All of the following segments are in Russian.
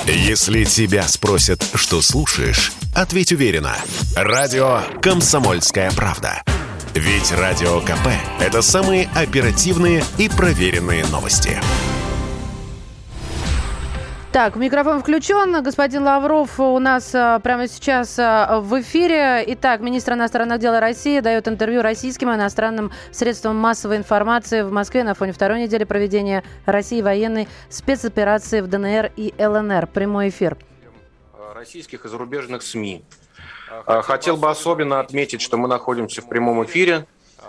Если тебя спросят, что слушаешь, ответь уверенно. Радио «Комсомольская правда». Ведь Радио КП – это самые оперативные и проверенные новости. Так, микрофон включен. Господин Лавров у нас прямо сейчас в эфире. Итак, министр иностранных дел России дает интервью российским и иностранным средствам массовой информации в Москве на фоне второй недели проведения России военной спецоперации в ДНР и ЛНР. Прямой эфир. Российских и зарубежных СМИ. Хотел бы особенно отметить, что мы находимся в прямом эфире,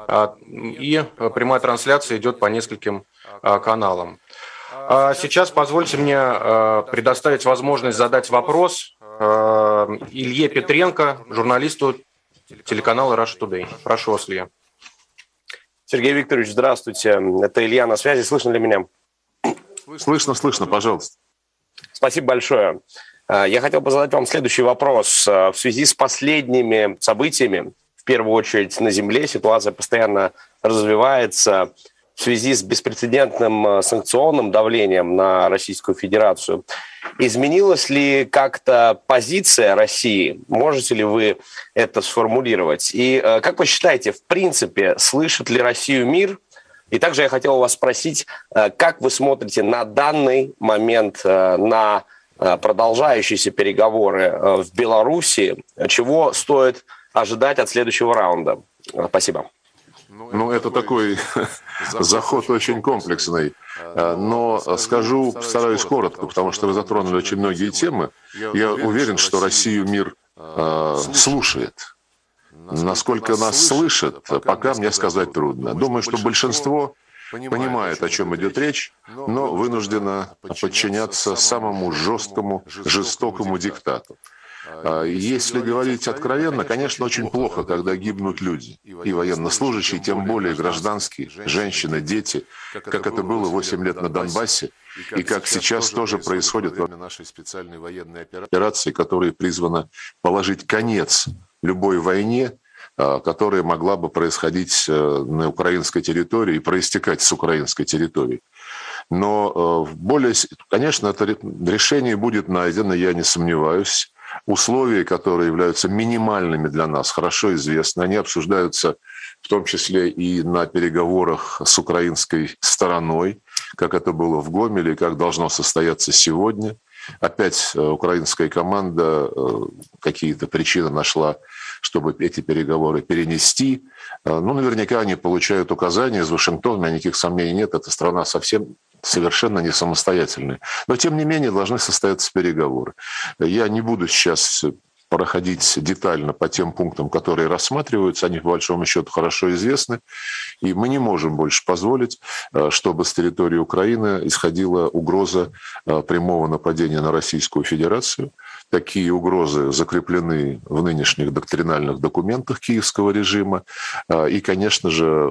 и прямая трансляция идет по нескольким каналам. Сейчас позвольте мне предоставить возможность задать вопрос Илье Петренко, журналисту телеканала Russia Today. Прошу вас, Илья. Сергей Викторович, здравствуйте. Это Илья на связи. Слышно ли меня? Слышно, пожалуйста. Спасибо большое. Я хотел бы задать вам следующий вопрос. В связи с последними событиями, в первую очередь на Земле, ситуация постоянно развивается. В связи с беспрецедентным санкционным давлением на Российскую Федерацию, изменилась ли как-то позиция России? Можете ли вы это сформулировать? И как вы считаете, в принципе, слышит ли Россию мир? И также я хотел вас спросить, как вы смотрите на данный момент на продолжающиеся переговоры в Беларуси? Чего стоит ожидать от следующего раунда? Спасибо. Это такой заход очень комплексный, но постараюсь коротко, потому что вы затронули очень многие темы. Я уверен, что Россию мир слушает. Насколько нас слышат, пока мне сказать трудно. Думаю, что большинство понимает, о чем идет речь, но вынуждено подчиняться самому жестокому диктату. Если говорить откровенно, конечно, очень плохо, когда гибнут люди, и военнослужащие, тем более гражданские, женщины, дети, как это было 8 лет на Донбассе, и как сейчас тоже происходит во время нашей специальной военной операции, которая призвана положить конец любой войне, которая могла бы происходить на украинской территории и проистекать с украинской территории. Но конечно, это решение будет найдено, я не сомневаюсь. Условия, которые являются минимальными для нас, хорошо известны. Они обсуждаются в том числе и на переговорах с украинской стороной, как это было в Гомеле, как должно состояться сегодня. Опять украинская команда какие-то причины нашла, чтобы эти переговоры перенести. Наверняка они получают указания из Вашингтона, у меня никаких сомнений нет, эта страна совершенно не самостоятельные. Но, тем не менее, должны состояться переговоры. Я не буду сейчас проходить детально по тем пунктам, которые рассматриваются. Они, по большому счету, хорошо известны. И мы не можем больше позволить, чтобы с территории Украины исходила угроза прямого нападения на Российскую Федерацию. Такие угрозы закреплены в нынешних доктринальных документах киевского режима. И, конечно же,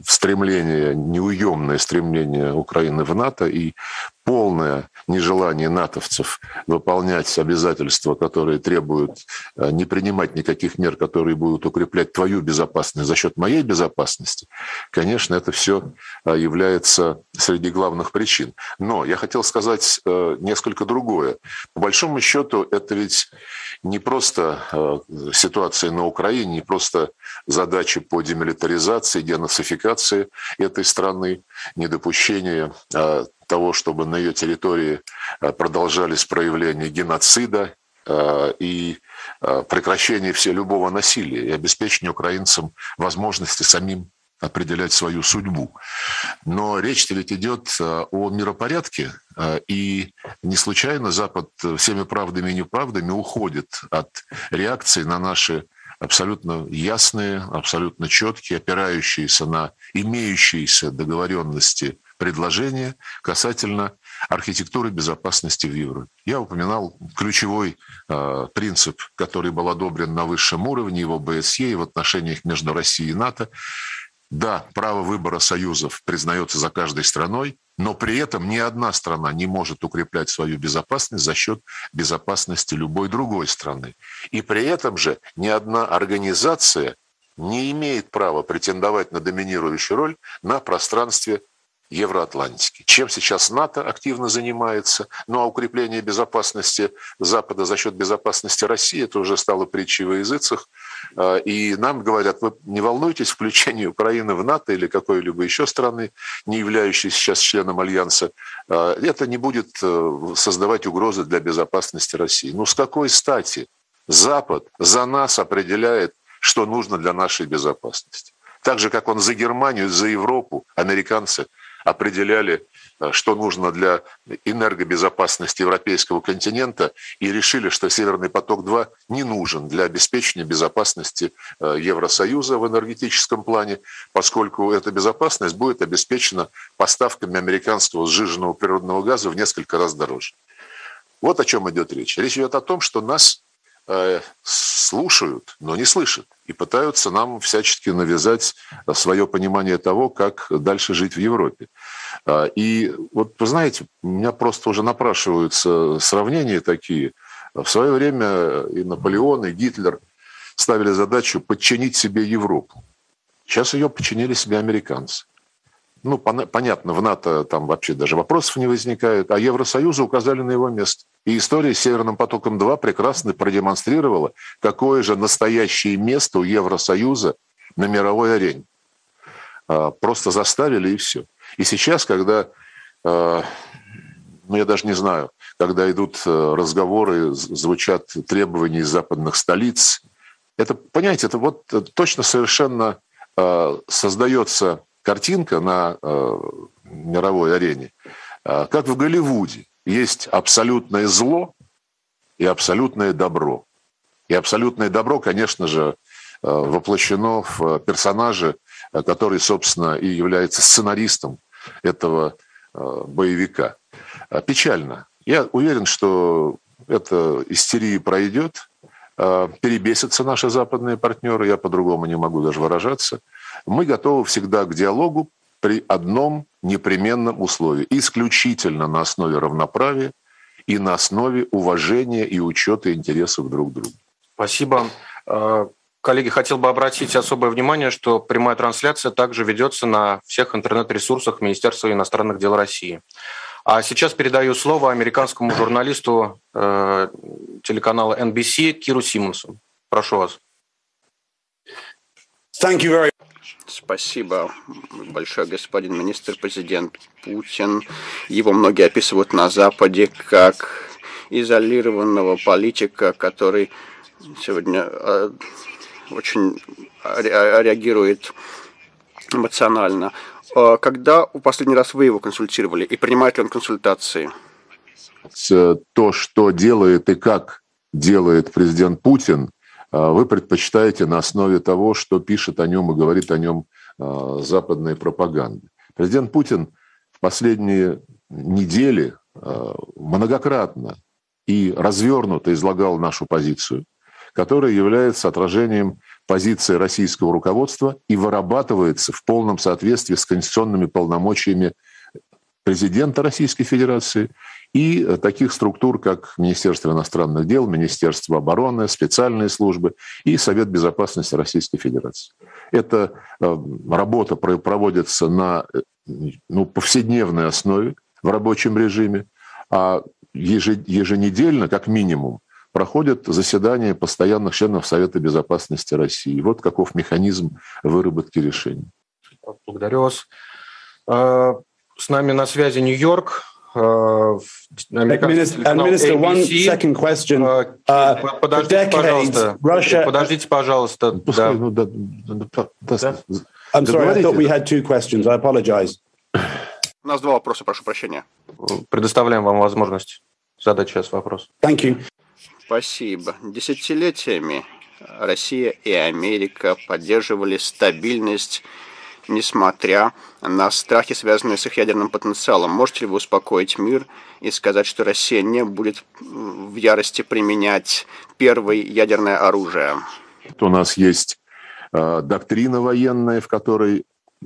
неуемное стремление Украины в НАТО и полное нежелание натовцев выполнять обязательства, которые требуют не принимать никаких мер, которые будут укреплять твою безопасность за счет моей безопасности, конечно, это все является среди главных причин. Но я хотел сказать несколько другое. По большому счету, это ведь не просто ситуация на Украине, не просто задачи по демилитаризации, денацификации этой страны, недопущение того, чтобы на ее территории продолжались проявления геноцида и прекращение любого насилия и обеспечение украинцам возможности самим определять свою судьбу. Но речь-то ведь идет о миропорядке, и не случайно Запад всеми правдами и неправдами уходит от реакции на наши абсолютно ясные, абсолютно четкие, опирающиеся на имеющиеся договоренности предложения касательно архитектуры безопасности в Европе. Я упоминал ключевой принцип, который был одобрен на высшем уровне, в ОБСЕ и в отношениях между Россией и НАТО. Да, право выбора союзов признается за каждой страной, но при этом ни одна страна не может укреплять свою безопасность за счет безопасности любой другой страны. И при этом же ни одна организация не имеет права претендовать на доминирующую роль на пространстве Евроатлантики. Чем сейчас НАТО активно занимается? Ну а укрепление безопасности Запада за счет безопасности России, это уже стало притчей во языцах. И нам говорят, вы не волнуйтесь, включение Украины в НАТО или какой-либо еще страны, не являющейся сейчас членом Альянса, это не будет создавать угрозы для безопасности России. Ну с какой стати Запад за нас определяет, что нужно для нашей безопасности? Так же, как он за Германию, за Европу, американцы определяли, что нужно для энергобезопасности европейского континента, и решили, что «Северный поток-2» не нужен для обеспечения безопасности Евросоюза в энергетическом плане, поскольку эта безопасность будет обеспечена поставками американского сжиженного природного газа в несколько раз дороже. Вот о чем идет речь. Речь идет о том, что нас слушают, но не слышат, и пытаются нам всячески навязать свое понимание того, как дальше жить в Европе. И вот, вы знаете, у меня просто уже напрашиваются сравнения такие. В свое время и Наполеон, и Гитлер ставили задачу подчинить себе Европу. Сейчас ее подчинили себе американцы. Ну, понятно, в НАТО там вообще даже вопросов не возникает, а Евросоюзу указали на его место. И история с «Северным потоком-2» прекрасно продемонстрировала, какое же настоящее место у Евросоюза на мировой арене. Просто заставили, и все. И сейчас, когда, ну, я даже не знаю, когда идут разговоры, звучат требования из западных столиц, это, понимаете, это вот точно совершенно создается картинка на мировой арене, как в Голливуде. Есть абсолютное зло и абсолютное добро. И абсолютное добро, конечно же, воплощено в персонаже, который, собственно, и является сценаристом этого боевика. Печально. Я уверен, что эта истерия пройдет, перебесятся наши западные партнеры, я по-другому не могу даже выражаться. Мы готовы всегда к диалогу при одном непременном условии. Исключительно на основе равноправия и на основе уважения и учета интересов друг друга. Спасибо. Коллеги, хотел бы обратить особое внимание, что прямая трансляция также ведется на всех интернет-ресурсах Министерства иностранных дел России. А сейчас передаю слово американскому журналисту телеканала NBC Киру Симмонсу. Прошу вас. Спасибо большое, господин министр-президент Путин. Его многие описывают на Западе как изолированного политика, который сегодня очень реагирует эмоционально. Когда в последний раз вы его консультировали и принимает ли он консультации? То, что делает и как делает президент Путин, вы предпочитаете на основе того, что пишет о нем и говорит о нем западная пропаганда. Президент Путин в последние недели многократно и развернуто излагал нашу позицию, которая является отражением позиции российского руководства и вырабатывается в полном соответствии с конституционными полномочиями президента Российской Федерации и таких структур, как Министерство иностранных дел, Министерство обороны, специальные службы и Совет безопасности Российской Федерации. Эта работа проводится на повседневной основе в рабочем режиме, а еженедельно, как минимум, проходят заседания постоянных членов Совета безопасности России. Вот каков механизм выработки решений. Благодарю вас. С нами на связи Нью-Йорк. Minister, one second question. Подождите, пожалуйста. I'm sorry, I thought we had two questions. I apologize. У нас два вопроса, прошу прощения. Предоставляем вам возможность задать сейчас вопрос. Thank you. Спасибо. Десятилетиями Россия и Америка поддерживали стабильность, несмотря на страхи, связанные с их ядерным потенциалом. Можете ли вы успокоить мир и сказать, что Россия не будет в ярости применять первое ядерное оружие? У нас есть доктрина военная, в которой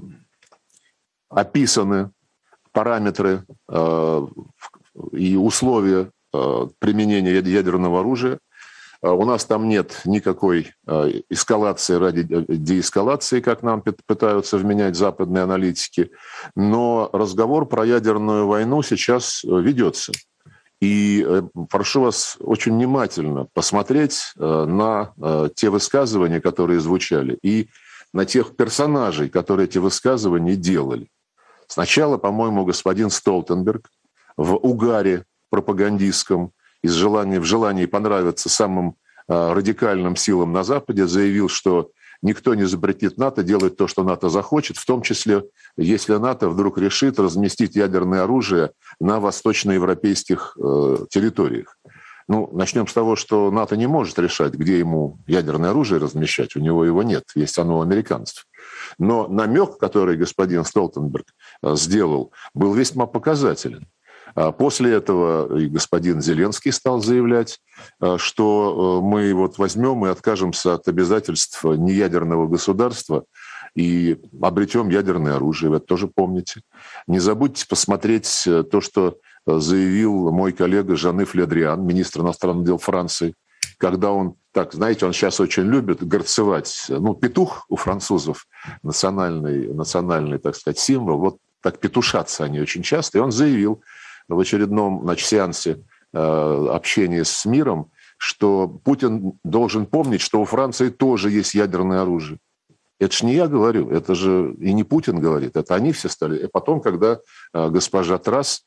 описаны параметры и условия применения ядерного оружия. У нас там нет никакой эскалации ради деэскалации, как нам пытаются вменять западные аналитики. Но разговор про ядерную войну сейчас ведется. И прошу вас очень внимательно посмотреть на те высказывания, которые звучали, и на тех персонажей, которые эти высказывания делали. Сначала, по-моему, господин Столтенберг в угаре пропагандистском, в желании понравиться самым радикальным силам на Западе, заявил, что никто не запретит НАТО делать то, что НАТО захочет, в том числе, если НАТО вдруг решит разместить ядерное оружие на восточноевропейских территориях. Ну, начнем с того, что НАТО не может решать, где ему ядерное оружие размещать, у него его нет, есть оно у американцев. Но намек, который господин Столтенберг сделал, был весьма показателен. После этого и господин Зеленский стал заявлять, что мы вот возьмем и откажемся от обязательств неядерного государства и обретем ядерное оружие. Вы это тоже помните. Не забудьте посмотреть то, что заявил мой коллега Жан-Ив Ле Дриан, министр иностранных дел Франции, когда он, так, знаете, он сейчас очень любит горцевать. Ну, петух у французов национальный, так сказать, символ. Вот так петушатся они очень часто. И он заявил в очередном, значит, сеансе общения с миром, что Путин должен помнить, что у Франции тоже есть ядерное оружие. Это же не я говорю, это же и не Путин говорит, это они все стали. И потом, когда госпожа Трасс,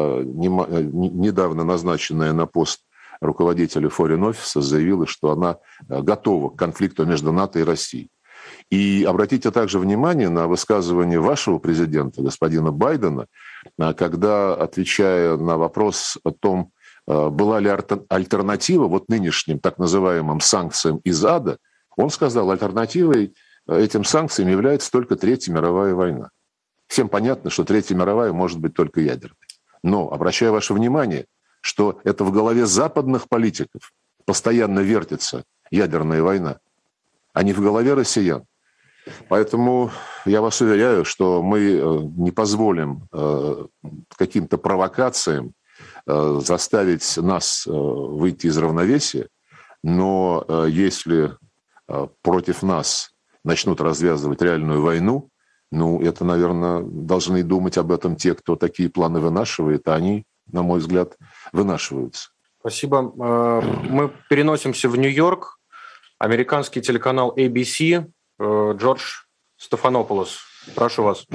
недавно назначенная на пост руководителя Foreign Office, заявила, что она готова к конфликту между НАТО и Россией. И обратите также внимание на высказывание вашего президента, господина Байдена, когда, отвечая на вопрос о том, была ли альтернатива вот нынешним так называемым санкциям из ада, он сказал, альтернативой этим санкциям является только Третья мировая война. Всем понятно, что Третья мировая может быть только ядерной. Но обращаю ваше внимание, что это в голове западных политиков постоянно вертится ядерная война, а не в голове россиян. Поэтому я вас уверяю, что мы не позволим каким-то провокациям заставить нас выйти из равновесия, но если против нас начнут развязывать реальную войну, ну, это, наверное, должны думать об этом те, кто такие планы вынашивает, а они, на мой взгляд, вынашиваются. Спасибо. Мы переносимся в Нью-Йорк. Американский телеканал ABC. Джордж Стефанополос. Прошу вас.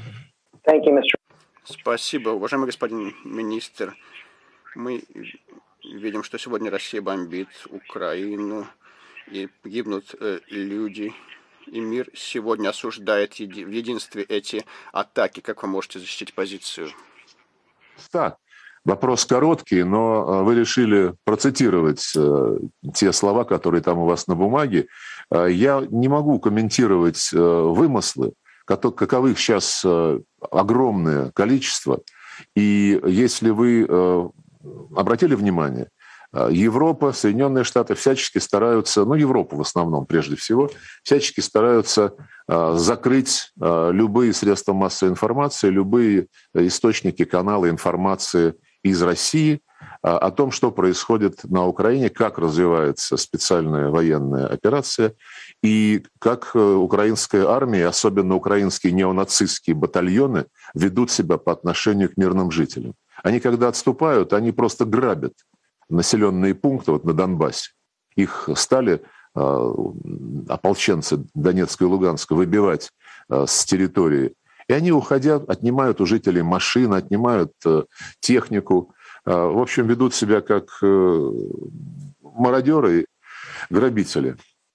Спасибо, уважаемый господин министр. Мы видим, что сегодня Россия бомбит Украину, и гибнут люди. И мир сегодня осуждает в единстве эти атаки. Как вы можете защитить позицию? Да, вопрос короткий, но вы решили процитировать те слова, которые там у вас на бумаге. Я не могу комментировать вымыслы, каковых сейчас огромное количество. И если вы обратили внимание, Европа, Соединенные Штаты всячески стараются, ну, Европа в основном прежде всего, всячески стараются закрыть любые средства массовой информации, любые источники, каналы информации из России о том, что происходит на Украине, как развивается специальная военная операция и как украинская армия, особенно украинские неонацистские батальоны, ведут себя по отношению к мирным жителям. Они, когда отступают, они просто грабят населенные пункты вот на Донбассе. Их стали ополченцы Донецка и Луганска выбивать с территории. И они, уходя, отнимают у жителей машины, отнимают технику. В общем, ведут себя как мародеры, грабители.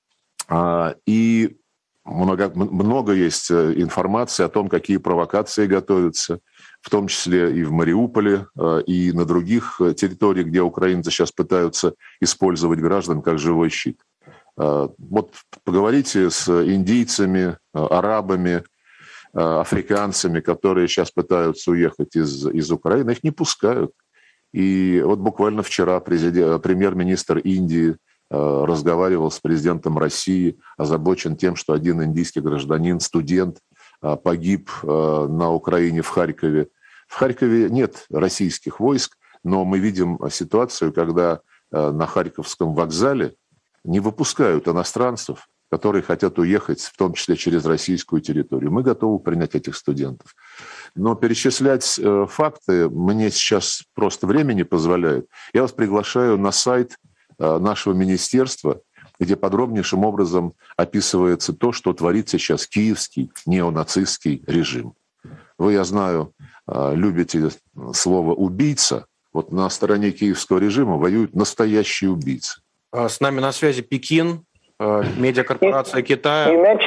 И много есть информации о том, какие провокации готовятся, в том числе и в Мариуполе, и на других территориях, где украинцы сейчас пытаются использовать граждан как живой щит. Вот поговорите с индийцами, арабами, африканцами, которые сейчас пытаются уехать из Украины, их не пускают. И вот буквально вчера премьер-министр Индии разговаривал с президентом России, озабочен тем, что один индийский гражданин, студент, погиб на Украине в Харькове. В Харькове нет российских войск, но мы видим ситуацию, когда на Харьковском вокзале не выпускают иностранцев, которые хотят уехать, в том числе через российскую территорию. Мы готовы принять этих студентов. Но перечислять факты мне сейчас просто время не позволяет. Я вас приглашаю на сайт нашего министерства, где подробнейшим образом описывается то, что творит сейчас киевский неонацистский режим. Вы, я знаю, любите слово «убийца». Вот на стороне киевского режима воюют настоящие убийцы. С нами на связи Пекин, медиакорпорация Китая.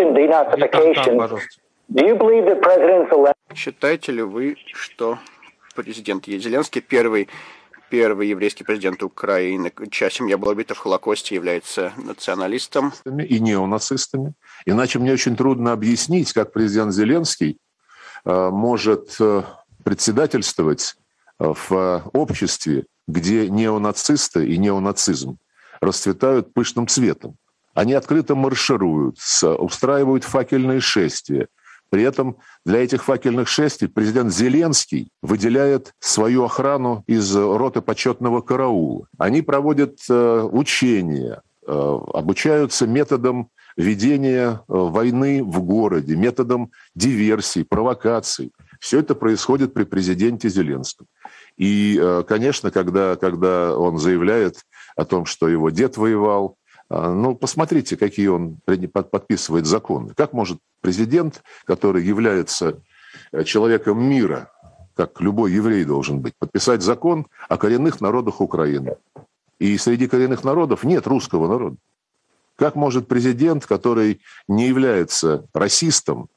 Считаете ли вы, что президент Зеленский, первый еврейский президент Украины, чья семья была убита в Холокосте, является националистом? И неонацистами. Иначе мне очень трудно объяснить, как президент Зеленский может председательствовать в обществе, где неонацисты и неонацизм расцветают пышным цветом. Они открыто маршируют, устраивают факельные шествия. При этом для этих факельных шествий президент Зеленский выделяет свою охрану из роты почетного караула. Они проводят учения, обучаются методам ведения войны в городе, методам диверсий, провокаций. Все это происходит при президенте Зеленском. И, конечно, когда он заявляет о том, что его дед воевал, ну, посмотрите, какие он подписывает законы. Как может президент, который является человеком мира, как любой еврей должен быть, подписать закон о коренных народах Украины? И среди коренных народов нет русского народа. Как может президент, который не является расистом,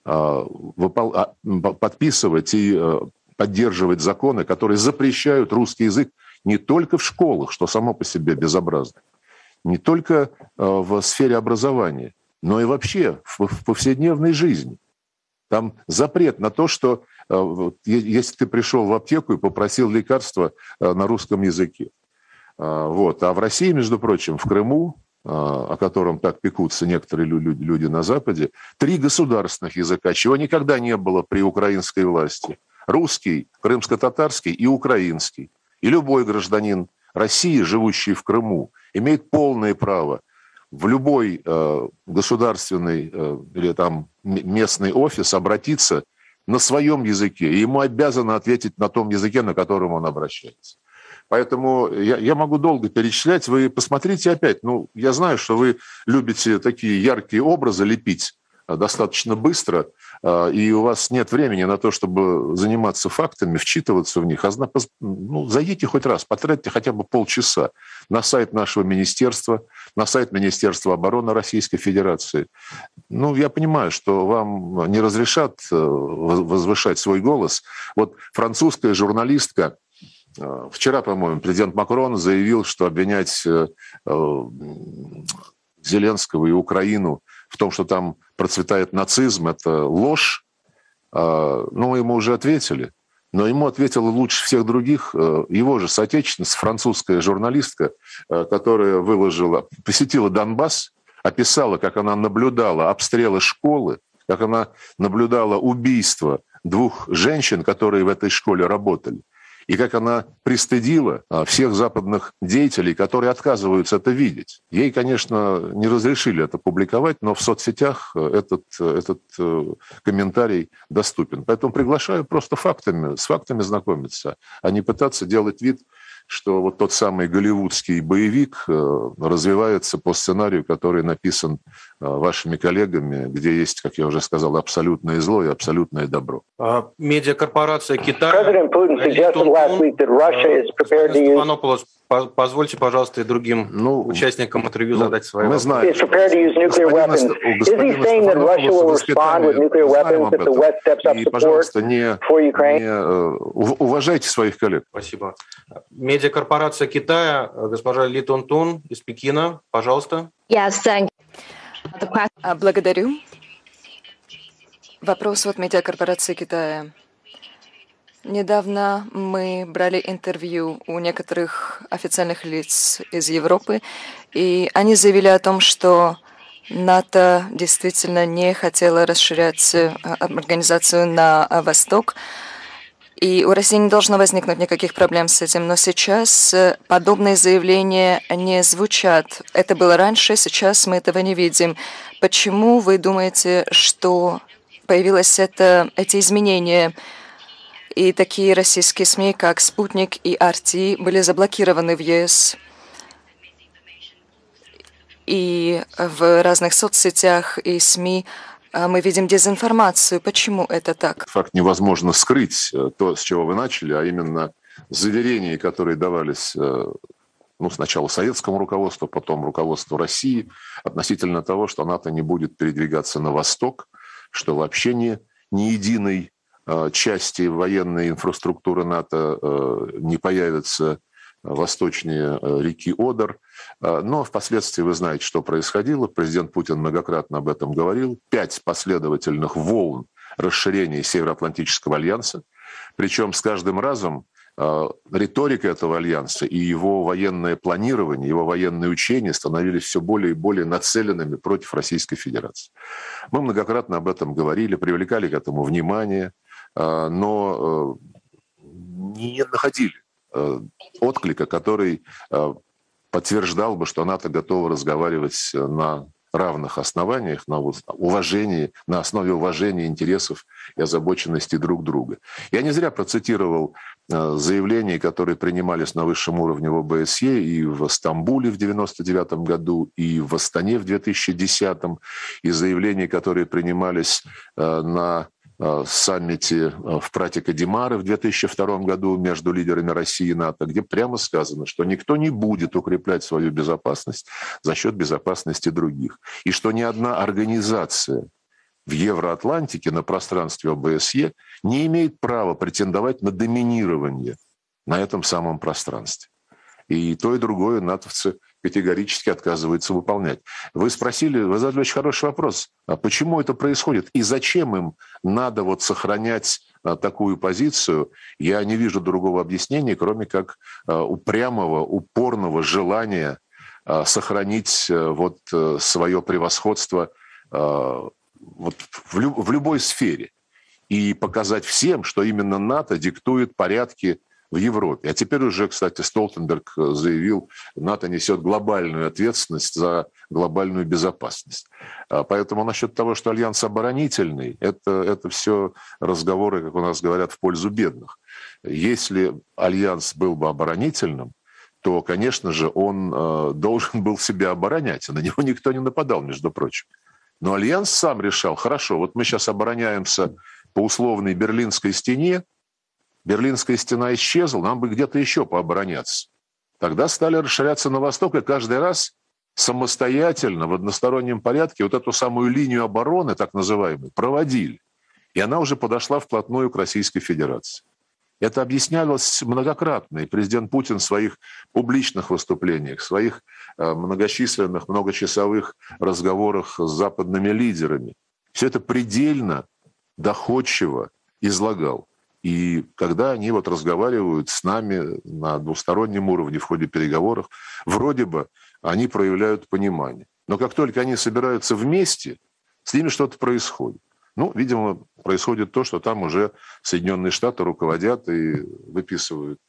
подписывать и поддерживать законы, которые запрещают русский язык не только в школах, что само по себе безобразно, не только в сфере образования, но и вообще в повседневной жизни. Там запрет на то, что если ты пришел в аптеку и попросил лекарства на русском языке. Вот. А в России, между прочим, в Крыму, о котором так пекутся некоторые люди на Западе, 3 государственных языка, чего никогда не было при украинской власти. Русский, крымско-татарский и украинский. И любой гражданин России, живущий в Крыму, имеет полное право в любой государственный или там местный офис обратиться на своем языке, и ему обязаны ответить на том языке, на котором он обращается. Поэтому я могу долго перечислять. Вы посмотрите опять. Ну, я знаю, что вы любите такие яркие образы лепить достаточно быстро, и у вас нет времени на то, чтобы заниматься фактами, вчитываться в них. Ну, зайдите хоть раз, потратьте хотя бы полчаса на сайт нашего министерства, на сайт Министерства обороны Российской Федерации. Ну, я понимаю, что вам не разрешат возвышать свой голос. Вот французская журналистка, вчера, по-моему, президент Макрон заявил, что обвинять Зеленского и Украину в том, что там процветает нацизм, это ложь. Ну, ему уже ответили. Но ему ответила лучше всех других его же соотечественница, французская журналистка, которая посетила Донбасс, описала, как она наблюдала обстрелы школы, как она наблюдала убийство 2 женщин, которые в этой школе работали. И как она пристыдила всех западных деятелей, которые отказываются это видеть. Ей, конечно, не разрешили это публиковать, но в соцсетях этот комментарий доступен. Поэтому приглашаю просто с фактами знакомиться, а не пытаться делать вид, что вот тот самый голливудский боевик развивается по сценарию, который написан вашими коллегами, где есть, как я уже сказал, абсолютное зло и абсолютное добро. Медиакорпорация Китая. Позвольте, пожалуйста, и другим участникам интервью задать свои вопросы. Мы знаем, и, пожалуйста, уважайте своих коллег. Спасибо. Медиакорпорация Китая, госпожа Ли Тун из Пекина, пожалуйста. Благодарю. Вопрос от медиакорпорации Китая. Недавно мы брали интервью у некоторых официальных лиц из Европы, и они заявили о том, что НАТО действительно не хотело расширять организацию на восток, И у России не должно возникнуть никаких проблем с этим. Но сейчас подобные заявления не звучат. Это было раньше, сейчас мы этого не видим. Почему вы думаете, что появились эти изменения? И такие российские СМИ, как «Спутник» и «RT», были заблокированы в ЕС. И в разных соцсетях и СМИ мы видим дезинформацию. Почему это так? Факт невозможно скрыть, то, с чего вы начали, а именно заверения, которые давались сначала советскому руководству, потом руководству России относительно того, что НАТО не будет передвигаться на восток, что вообще ни единой части военной инфраструктуры НАТО не появится восточнее реки Одер. Но впоследствии вы знаете, что происходило. Президент Путин многократно об этом говорил. 5 последовательных волн расширения Североатлантического альянса. Причем с каждым разом риторика этого альянса и его военное планирование, его военные учения становились все более и более нацеленными против Российской Федерации. Мы многократно об этом говорили, привлекали к этому внимание, но не находили отклика, который подтверждал бы, что НАТО готово разговаривать на равных основаниях, на уважении, на основе уважения интересов и озабоченности друг друга. Я не зря процитировал заявления, которые принимались на высшем уровне в ОБСЕ и в Стамбуле в 1999 году, и в Астане в 2010, и заявления, которые принимались на саммите в Прати-Кадимаре в 2002 году между лидерами России и НАТО, где прямо сказано, что никто не будет укреплять свою безопасность за счет безопасности других. И что ни одна организация в Евроатлантике на пространстве ОБСЕ не имеет права претендовать на доминирование на этом самом пространстве. И то, и другое натовцы категорически отказываются выполнять. Вы задали очень хороший вопрос. А почему это происходит? И зачем им надо сохранять такую позицию? Я не вижу другого объяснения, кроме как упрямого, упорного желания сохранить свое превосходство в любой сфере. И показать всем, что именно НАТО диктует порядки в Европе. А теперь уже, кстати, Столтенберг заявил, НАТО несет глобальную ответственность за глобальную безопасность. Поэтому насчет того, что альянс оборонительный, это все разговоры, как у нас говорят, в пользу бедных. Если альянс был бы оборонительным, то, конечно же, он должен был себя оборонять. На него никто не нападал, между прочим. Но альянс сам решал, хорошо, мы сейчас обороняемся по условной Берлинской стене, Берлинская стена исчезла, нам бы где-то еще пообороняться. Тогда стали расширяться на восток, и каждый раз самостоятельно, в одностороннем порядке, эту самую линию обороны, так называемую, проводили. И она уже подошла вплотную к Российской Федерации. Это объяснялось многократно, и президент Путин в своих публичных выступлениях, в своих многочисленных, многочасовых разговорах с западными лидерами. Все это предельно доходчиво излагал. И когда они разговаривают с нами на двустороннем уровне в ходе переговоров, вроде бы они проявляют понимание. Но как только они собираются вместе, с ними что-то происходит. Видимо, происходит то, что там уже Соединенные Штаты руководят и выписывают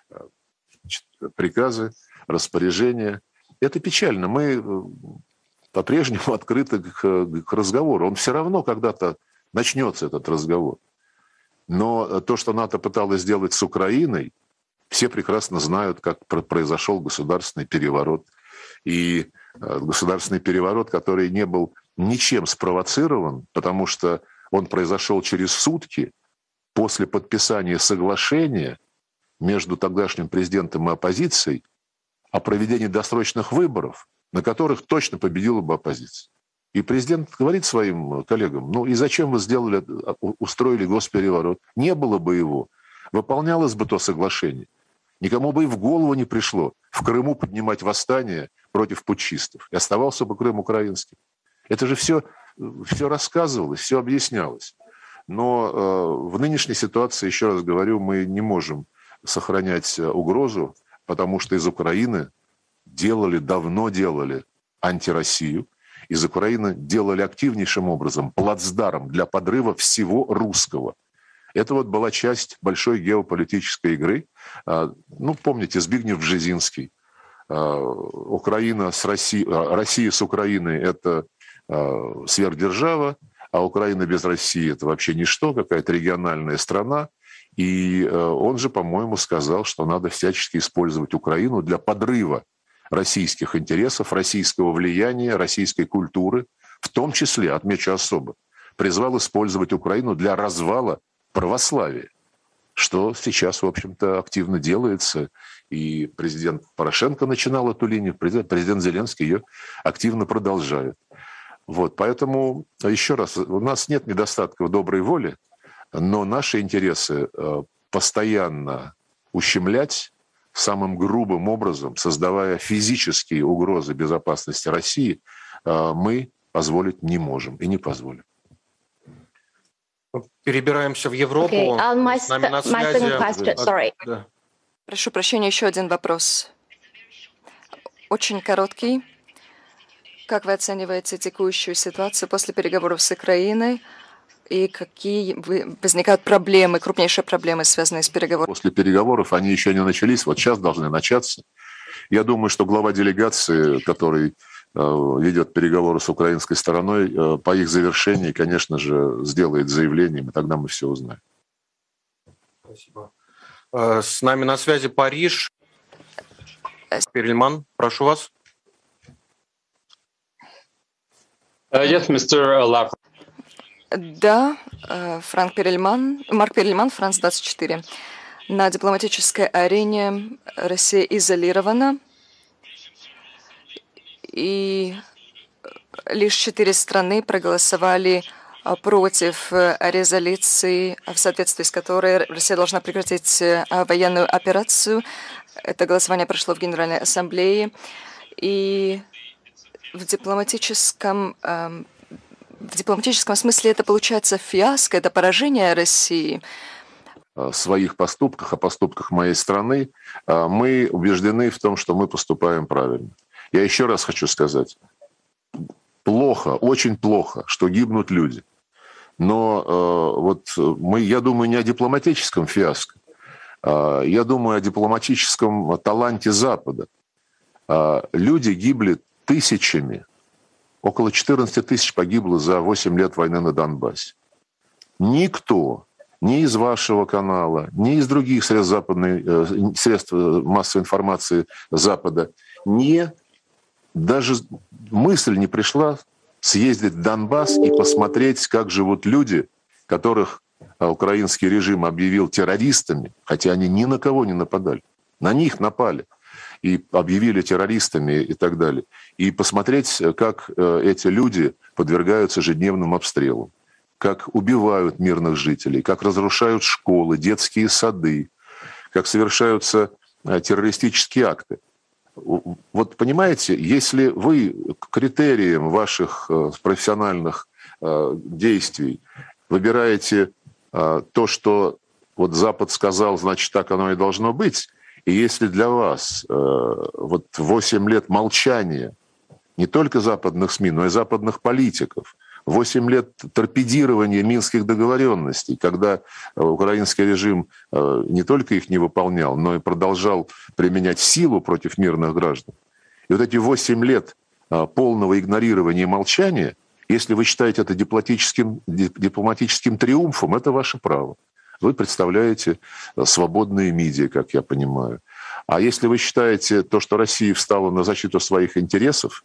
приказы, распоряжения. Это печально. Мы по-прежнему открыты к разговору. Он все равно когда-то начнется, этот разговор. Но то, что НАТО пыталось сделать с Украиной, все прекрасно знают, как произошел государственный переворот. И государственный переворот, который не был ничем спровоцирован, потому что он произошел через сутки после подписания соглашения между тогдашним президентом и оппозицией о проведении досрочных выборов, на которых точно победила бы оппозиция. И президент говорит своим коллегам, и зачем вы устроили госпереворот? Не было бы его, выполнялось бы то соглашение. Никому бы и в голову не пришло в Крыму поднимать восстание против путчистов. И оставался бы Крым украинским. Это же все рассказывалось, все объяснялось. Но в нынешней ситуации, еще раз говорю, мы не можем сохранять угрозу, потому что из Украины давно делали антироссию. Из Украины делали активнейшим образом плацдарм для подрыва всего русского. Это вот была часть большой геополитической игры. Помните, Збигнев Бжезинский. Украина с Россией, Россия с Украиной – это сверхдержава, а Украина без России – это вообще ничто, какая-то региональная страна. И он же, по-моему, сказал, что надо всячески использовать Украину для подрыва российских интересов, российского влияния, российской культуры, в том числе, отмечу особо, призвал использовать Украину для развала православия, что сейчас, в общем-то, активно делается. И президент Порошенко начинал эту линию, президент Зеленский ее активно продолжает. Вот, поэтому, еще раз, у нас нет недостатка в доброй воле, но наши интересы постоянно ущемлять самым грубым образом, создавая физические угрозы безопасности России, мы позволить не можем и не позволим. Перебираемся в Европу. С нами на связи... Прошу прощения, еще один вопрос. Очень короткий. Как вы оцениваете текущую ситуацию после переговоров с Украиной? И какие возникают проблемы, крупнейшие проблемы, связанные с переговорами? После переговоров они еще не начались, вот сейчас должны начаться. Я думаю, что глава делегации, который ведет переговоры с украинской стороной, по их завершении, конечно же, сделает заявление, и тогда мы все узнаем. Спасибо. С нами на связи Париж. Перельман, прошу вас. Yes, Mr. Lavrov. Да, Марк Перельман, Франс-24. На дипломатической арене Россия изолирована, и лишь 4 страны проголосовали против резолюции, в соответствии с которой Россия должна прекратить военную операцию. Это голосование прошло в Генеральной Ассамблее, и в дипломатическом смысле это получается фиаско, это поражение России. В своих поступках, о поступках моей страны, мы убеждены в том, что мы поступаем правильно. Я еще раз хочу сказать, плохо, очень плохо, что гибнут люди. Но я думаю не о дипломатическом фиаско, я думаю о дипломатическом таланте Запада. Люди гибли тысячами. Около 14 тысяч погибло за 8 лет войны на Донбассе. Никто, ни из вашего канала, ни из других средств массовой информации Запада, даже мысль не пришла съездить в Донбасс и посмотреть, как живут люди, которых украинский режим объявил террористами, хотя они ни на кого не нападали. На них напали и объявили террористами и так далее. И посмотреть, как эти люди подвергаются ежедневным обстрелам, как убивают мирных жителей, как разрушают школы, детские сады, как совершаются террористические акты. Вот понимаете, если вы критерием ваших профессиональных действий выбираете то, что вот Запад сказал, значит, так оно и должно быть, и если для вас 8 лет молчания не только западных СМИ, но и западных политиков, 8 лет торпедирования минских договоренностей, когда украинский режим не только их не выполнял, но и продолжал применять силу против мирных граждан. И вот эти 8 лет полного игнорирования и молчания, если вы считаете это дипломатическим триумфом, это ваше право. Вы представляете свободные медиа, как я понимаю. А если вы считаете то, что Россия встала на защиту своих интересов,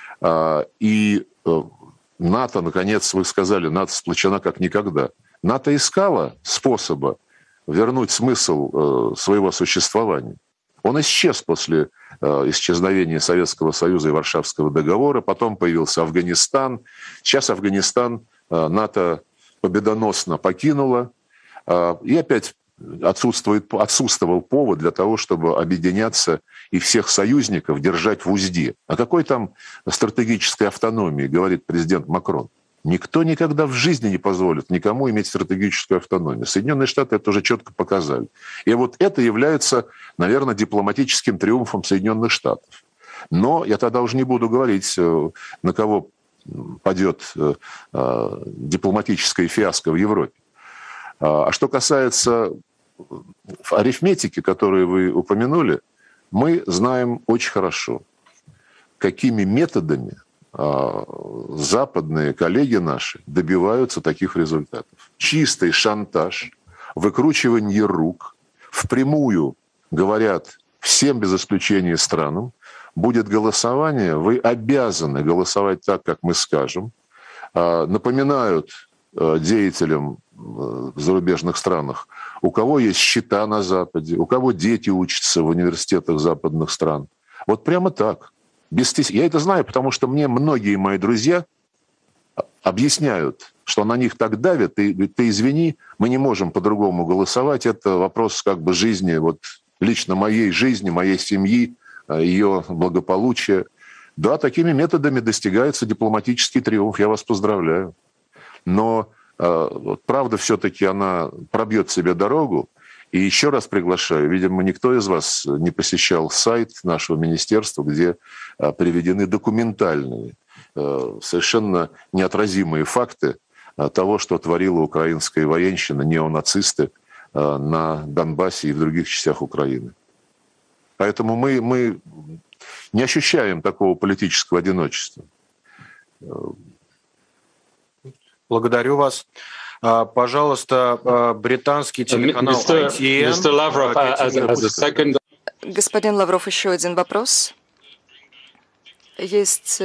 и НАТО, наконец, вы сказали, НАТО сплочена как никогда. НАТО искала способа вернуть смысл своего существования. Он исчез после исчезновения Советского Союза и Варшавского договора, потом появился Афганистан. Сейчас Афганистан НАТО победоносно покинуло, и опять отсутствовал повод для того, чтобы объединяться и всех союзников держать в узде. О какой там стратегической автономии говорит президент Макрон? Никто никогда в жизни не позволит никому иметь стратегическую автономию. Соединенные Штаты это уже четко показали. И вот это является, наверное, дипломатическим триумфом Соединенных Штатов. Но я тогда уже не буду говорить, на кого падет дипломатическая фиаско в Европе. А что касается арифметики, которую вы упомянули, мы знаем очень хорошо, какими методами западные коллеги наши добиваются таких результатов. Чистый шантаж, выкручивание рук, впрямую говорят всем без исключения странам, будет голосование, вы обязаны голосовать так, как мы скажем. Напоминают деятелям в зарубежных странах, у кого есть счета на Западе, у кого дети учатся в университетах западных стран. Вот прямо так. Я это знаю, потому что мне многие мои друзья объясняют, что на них так давят, ты извини, мы не можем по-другому голосовать, это вопрос как бы жизни, вот лично моей жизни, моей семьи, ее благополучия. Да, такими методами достигается дипломатический триумф, я вас поздравляю. Но правда все-таки она пробьет себе дорогу. И еще раз приглашаю, видимо, никто из вас не посещал сайт нашего министерства, где приведены документальные, совершенно неотразимые факты того, что творила украинская военщина, неонацисты на Донбассе и в других частях Украины. Поэтому мы не ощущаем такого политического одиночества. Благодарю вас. Пожалуйста, британский телеканал ITN. Господин Лавров, еще один вопрос. Есть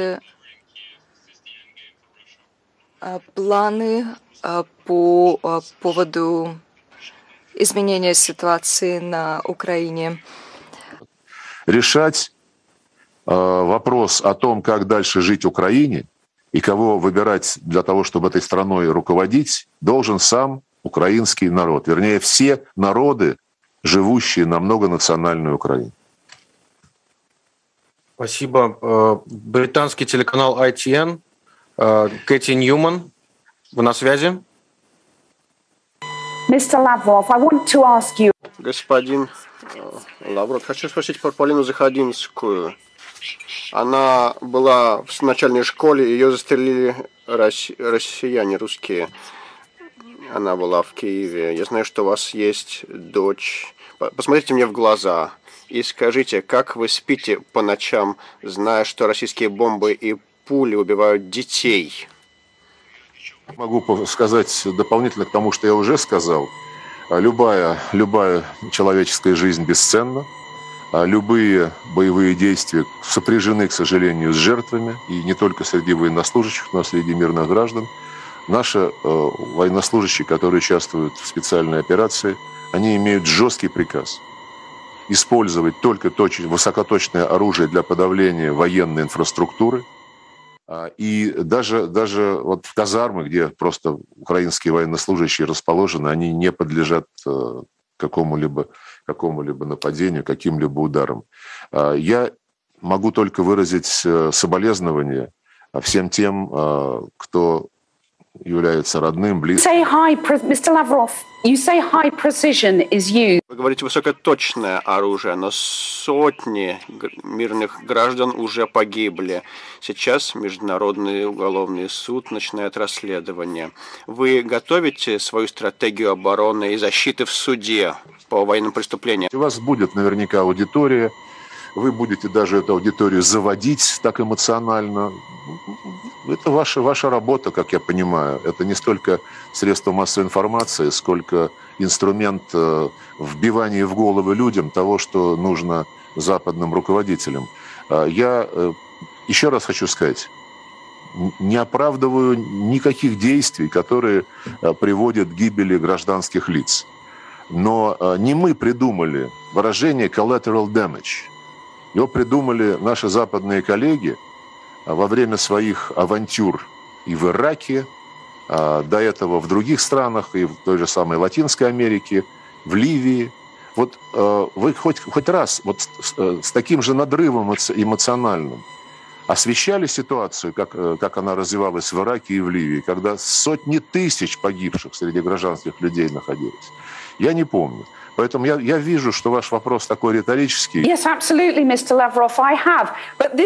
планы по поводу изменения ситуации на Украине? Решать вопрос о том, как дальше жить Украине, и кого выбирать для того, чтобы этой страной руководить, должен сам украинский народ. Вернее, все народы, живущие на многонациональной Украине. Спасибо. Британский телеканал ITN. Кэти Ньюман, вы на связи? Господин Лавров, хочу спросить про Полину Заходинскую. Она была в начальной школе, ее застрелили россияне, русские. Она была в Киеве. Я знаю, что у вас есть дочь. Посмотрите мне в глаза и скажите, как вы спите по ночам, зная, что российские бомбы и пули убивают детей? Могу сказать дополнительно к тому, что я уже сказал. Любая человеческая жизнь бесценна. Любые боевые действия сопряжены, к сожалению, с жертвами, и не только среди военнослужащих, но и среди мирных граждан. Наши военнослужащие, которые участвуют в специальной операции, они имеют жесткий приказ использовать только высокоточное оружие для подавления военной инфраструктуры. И даже вот в казармы, где просто украинские военнослужащие расположены, они не подлежат какому-либо нападению, каким-либо ударам. Я могу только выразить соболезнования всем тем, кто является родным, близким. Вы говорите высокоточное оружие, но сотни мирных граждан уже погибли. Сейчас Международный уголовный суд начинает расследование. Вы готовите свою стратегию обороны и защиты в суде по военным преступлениям? У вас будет наверняка аудитория. Вы будете даже эту аудиторию заводить так эмоционально. Это ваша работа, как я понимаю. Это не столько средство массовой информации, сколько инструмент вбивания в головы людям того, что нужно западным руководителям. Я еще раз хочу сказать, не оправдываю никаких действий, которые приводят к гибели гражданских лиц. Но не мы придумали выражение collateral damage. Его придумали наши западные коллеги во время своих авантюр и в Ираке, до этого в других странах, и в той же самой Латинской Америке, в Ливии. Вот вы хоть раз вот с таким же надрывом эмоциональным освещали ситуацию, как она развивалась в Ираке и в Ливии, когда сотни тысяч погибших среди гражданских людей находились? Я не помню. Поэтому я вижу, что ваш вопрос такой риторический. Yes, absolutely, Mr. Lavrov, I have. But this is...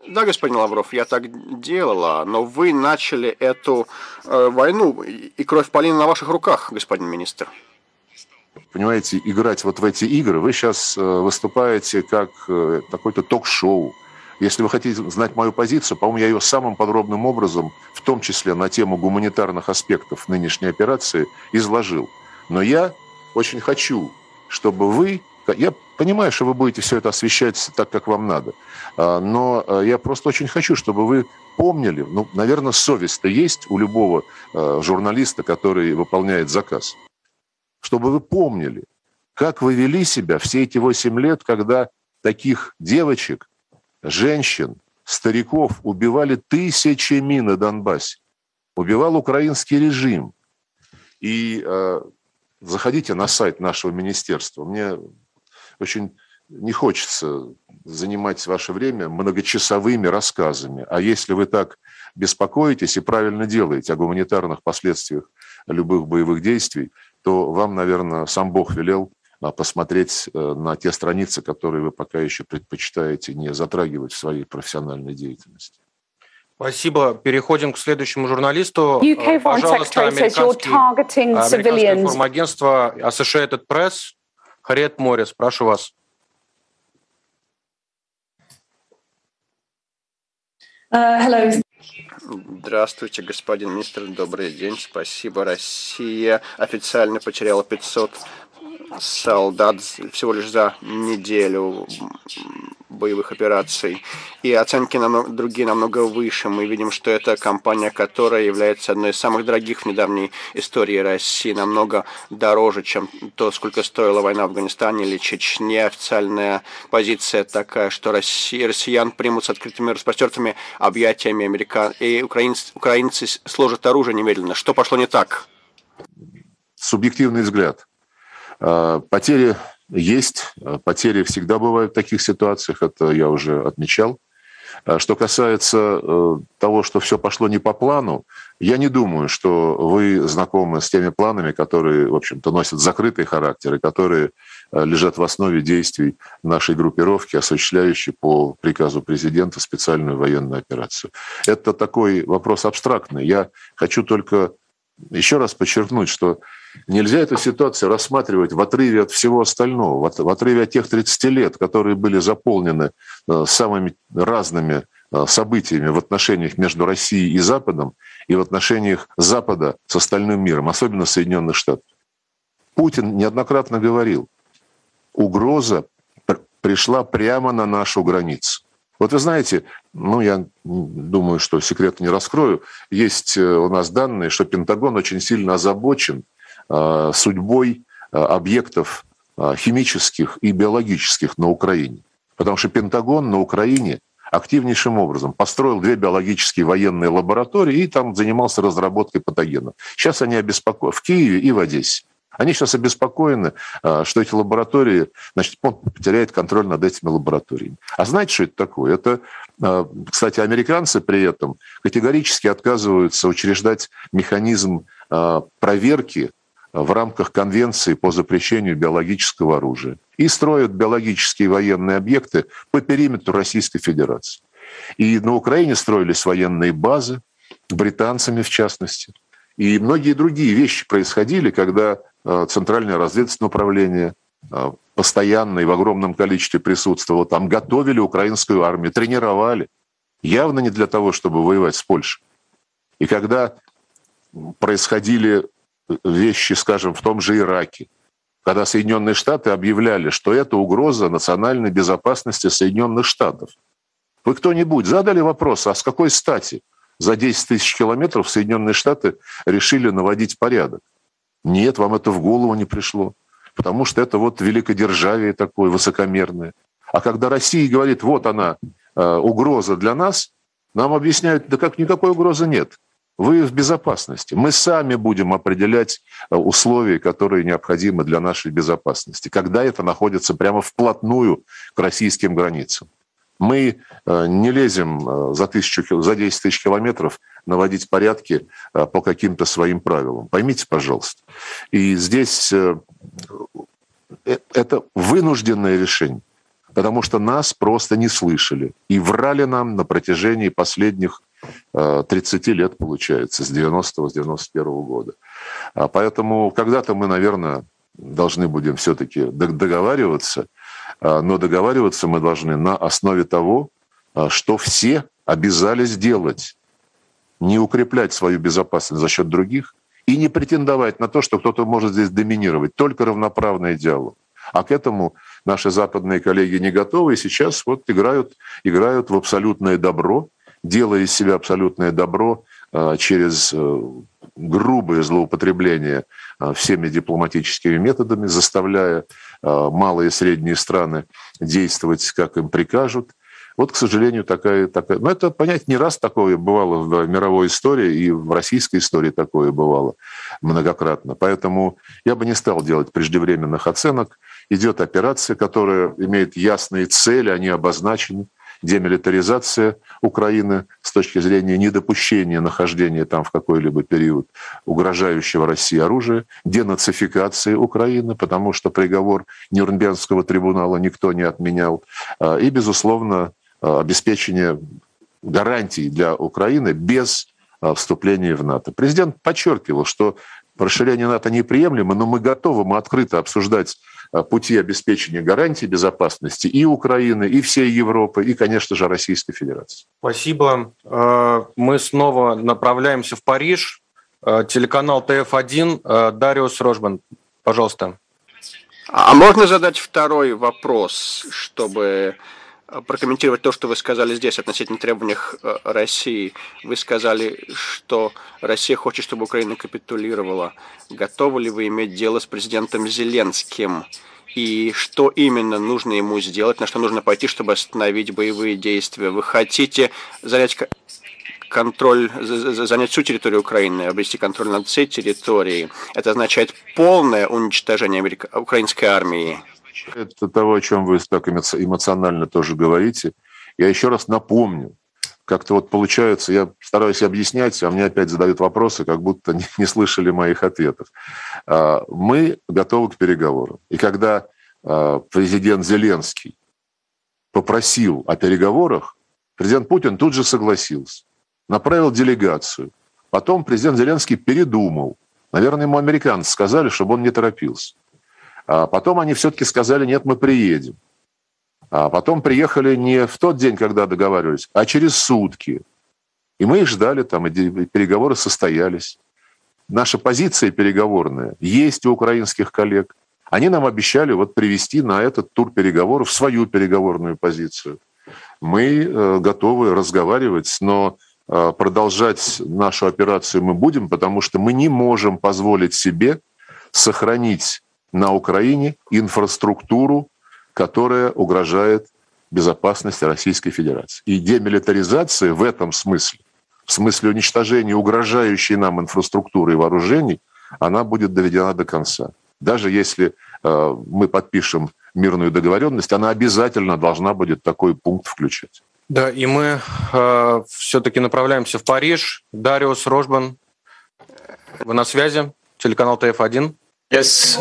Да, господин Лавров, я так делала, но вы начали эту войну, и кровь Полины на ваших руках, господин министр. Понимаете, играть вот в эти игры, вы сейчас выступаете как какое-то ток-шоу. Если вы хотите знать мою позицию, по-моему, я ее самым подробным образом, в том числе на тему гуманитарных аспектов нынешней операции, изложил. Но я очень хочу, чтобы вы... Я понимаю, что вы будете все это освещать так, как вам надо. Но я просто очень хочу, чтобы вы помнили, ну, наверное, совесть-то есть у любого журналиста, который выполняет заказ. Чтобы вы помнили, как вы вели себя все эти 8 лет, когда таких девочек, женщин, стариков убивали тысячами на Донбассе. Убивал украинский режим. И заходите на сайт нашего министерства. Мне очень не хочется занимать ваше время многочасовыми рассказами. А если вы так беспокоитесь и правильно делаете о гуманитарных последствиях любых боевых действий, то вам, наверное, сам Бог велел посмотреть на те страницы, которые вы пока еще предпочитаете не затрагивать в своей профессиональной деятельности. Спасибо. Переходим к следующему журналисту. Пожалуйста, американское информагентство Associated Press, Харриет Моррис, прошу вас. Здравствуйте, господин министр, добрый день, спасибо. Россия официально потеряла 500 солдат всего лишь за неделю боевых операций. И оценки другие намного выше. Мы видим, что это кампания, которая является одной из самых дорогих в недавней истории России, намного дороже, чем то, сколько стоила война в Афганистане или Чечне. Официальная позиция такая, что россиян примут с открытыми распростертыми объятиями, и украинцы сложат оружие немедленно. Что пошло не так? Субъективный взгляд. Потери есть, потери всегда бывают в таких ситуациях, это я уже отмечал. Что касается того, что все пошло не по плану, я не думаю, что вы знакомы с теми планами, которые, в общем-то, носят закрытый характер и которые лежат в основе действий нашей группировки, осуществляющей по приказу президента специальную военную операцию. Это такой вопрос абстрактный. Я хочу только еще раз подчеркнуть, что нельзя эту ситуацию рассматривать в отрыве от всего остального, в отрыве от тех 30 лет, которые были заполнены самыми разными событиями в отношениях между Россией и Западом и в отношениях Запада с остальным миром, особенно Соединенных Штатов. Путин неоднократно говорил, угроза пришла прямо на нашу границу. Вот вы знаете, я думаю, что секрет не раскрою, есть у нас данные, что Пентагон очень сильно озабочен судьбой объектов химических и биологических на Украине. Потому что Пентагон на Украине активнейшим образом построил 2 биологические военные лаборатории и там занимался разработкой патогенов. Сейчас они обеспокоены в Киеве и в Одессе. Они сейчас обеспокоены, что эти лаборатории, значит, он потеряет контроль над этими лабораториями. А знаете, что это такое? Это, кстати, американцы при этом категорически отказываются учреждать механизм проверки в рамках Конвенции по запрещению биологического оружия и строят биологические военные объекты по периметру Российской Федерации. И на Украине строились военные базы, британцами в частности. И многие другие вещи происходили, когда Центральное разведывательное управление постоянно и в огромном количестве присутствовало там, готовили украинскую армию, тренировали. Явно не для того, чтобы воевать с Польшей. И когда происходили вещи, скажем, в том же Ираке, когда Соединенные Штаты объявляли, что это угроза национальной безопасности Соединенных Штатов. Вы кто-нибудь задали вопрос, а с какой стати за 10 тысяч километров Соединенные Штаты решили наводить порядок? Нет, вам это в голову не пришло, потому что это вот великодержавие такое высокомерное. А когда Россия говорит, вот она, угроза для нас, нам объясняют, да как никакой угрозы нет. Вы в безопасности. Мы сами будем определять условия, которые необходимы для нашей безопасности, когда это находится прямо вплотную к российским границам. Мы не лезем за 10 тысяч километров наводить порядки по каким-то своим правилам. Поймите, пожалуйста. И здесь это вынужденное решение. потому что нас просто не слышали. И врали нам на протяжении последних 30 лет, получается, с 90-го, с 91-го года. Поэтому когда-то мы, наверное, должны будем все-таки договариваться, но договариваться мы должны на основе того, что все обязались делать. Не укреплять свою безопасность за счет других и не претендовать на то, что кто-то может здесь доминировать. Только равноправный диалог. А к этому наши западные коллеги не готовы, и сейчас вот играют в абсолютное добро, делая из себя абсолютное добро через грубое злоупотребление всеми дипломатическими методами, заставляя малые и средние страны действовать, как им прикажут. Вот, к сожалению, такая. Но это, понять, не раз такое бывало в мировой истории, и в российской истории такое бывало многократно. Поэтому я бы не стал делать преждевременных оценок. Идет операция, которая имеет ясные цели, они обозначены. Демилитаризация Украины с точки зрения недопущения нахождения там в какой-либо период угрожающего России оружия, денацификация Украины, потому что приговор Нюрнбергского трибунала никто не отменял, и, безусловно, обеспечение гарантий для Украины без вступления в НАТО. Президент подчеркивал, что расширение НАТО неприемлемо, но мы готовы, мы открыто обсуждать пути обеспечения гарантий безопасности и Украины, и всей Европы, и, конечно же, Российской Федерации. Спасибо. Мы снова направляемся в Париж. Телеканал ТФ1. Дариус Рожбан, пожалуйста. А можно задать второй вопрос, чтобы прокомментировать то, что вы сказали здесь относительно требований России? Вы сказали, что Россия хочет, чтобы Украина капитулировала. Готовы ли вы иметь дело с президентом Зеленским? И что именно нужно ему сделать, на что нужно пойти, чтобы остановить боевые действия? Вы хотите занять всю территорию Украины, обрести контроль над всей территорией? Это означает полное уничтожение украинской армии? Это того, о чем вы так эмоционально тоже говорите. Я еще раз напомню. Как-то вот получается, я стараюсь объяснять, а мне опять задают вопросы, как будто не слышали моих ответов. Мы готовы к переговорам. И когда президент Зеленский попросил о переговорах, президент Путин тут же согласился, направил делегацию. Потом президент Зеленский передумал. Наверное, ему американцы сказали, чтобы он не торопился. А потом они все-таки сказали, нет, мы приедем. А потом приехали не в тот день, когда договаривались, а через сутки. И мы их ждали там, и переговоры состоялись. Наша позиция переговорная есть у украинских коллег. Они нам обещали вот привести на этот тур переговоров свою переговорную позицию. Мы готовы разговаривать, но продолжать нашу операцию мы будем, потому что мы не можем позволить себе сохранить на Украине инфраструктуру, которая угрожает безопасности Российской Федерации. И демилитаризация в этом смысле, в смысле уничтожения угрожающей нам инфраструктуры и вооружений, она будет доведена до конца. Даже если мы подпишем мирную договоренность, она обязательно должна будет такой пункт включать. Да, и мы все-таки направляемся в Париж. Дариус Рожбан, вы на связи? Телеканал ТФ1. Yes.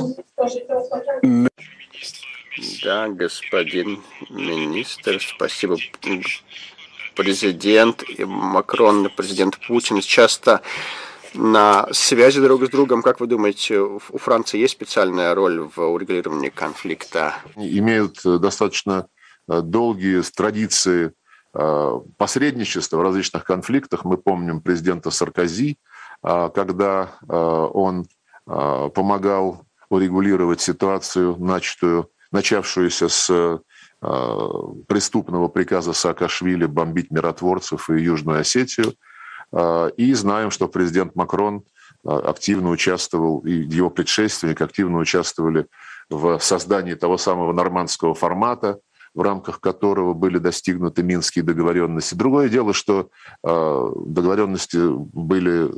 Да, господин министр, спасибо. Президент Макрон, президент Путин часто на связи друг с другом. Как вы думаете, у Франции есть специальная роль в урегулировании конфликта? Имеют достаточно долгие традиции посредничества в различных конфликтах. Мы помним президента Саркози, когда он помогал урегулировать ситуацию, начавшуюся с преступного приказа Саакашвили бомбить миротворцев и Южную Осетию. И знаем, что президент Макрон активно участвовал, и его предшественник активно участвовали в создании того самого нормандского формата, в рамках которого были достигнуты минские договоренности. Другое дело, что договоренности были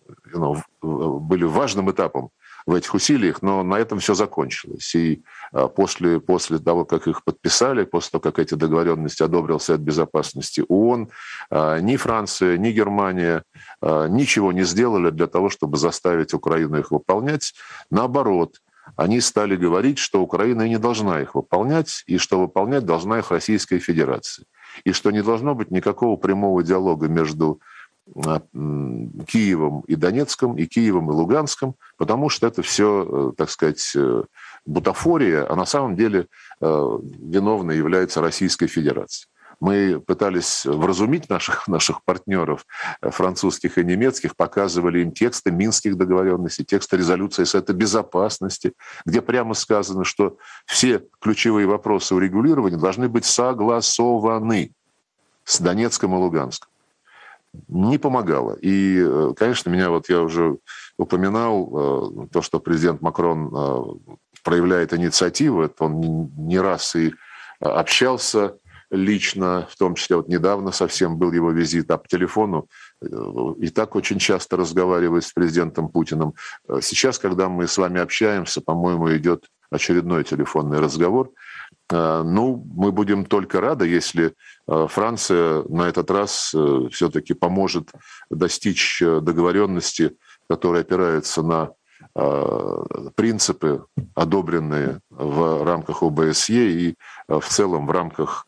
важным этапом в этих усилиях, но на этом все закончилось. И после того, как их подписали, после того, как эти договоренности одобрил Совет Безопасности ООН, ни Франция, ни Германия ничего не сделали для того, чтобы заставить Украину их выполнять. Наоборот, они стали говорить, что Украина не должна их выполнять, и что выполнять должна их Российская Федерация. И что не должно быть никакого прямого диалога между Киевом и Донецком, и Киевом и Луганском, потому что это все, так сказать, бутафория, а на самом деле виновной является Российская Федерация. Мы пытались вразумить наших партнеров, французских и немецких, показывали им тексты Минских договоренностей, тексты резолюции Совета Безопасности, где прямо сказано, что все ключевые вопросы урегулирования должны быть согласованы с Донецком и Луганском. Не помогало. И, конечно, я уже упоминал то, что президент Макрон проявляет инициативу. Это он не раз и общался лично, в том числе недавно совсем был его визит, а по телефону и так очень часто разговаривает с президентом Путиным. Сейчас, когда мы с вами общаемся, по-моему, идет очередной телефонный разговор. Мы будем только рады, если Франция на этот раз все-таки поможет достичь договоренности, которая опирается на принципы, одобренные в рамках ОБСЕ и в целом в рамках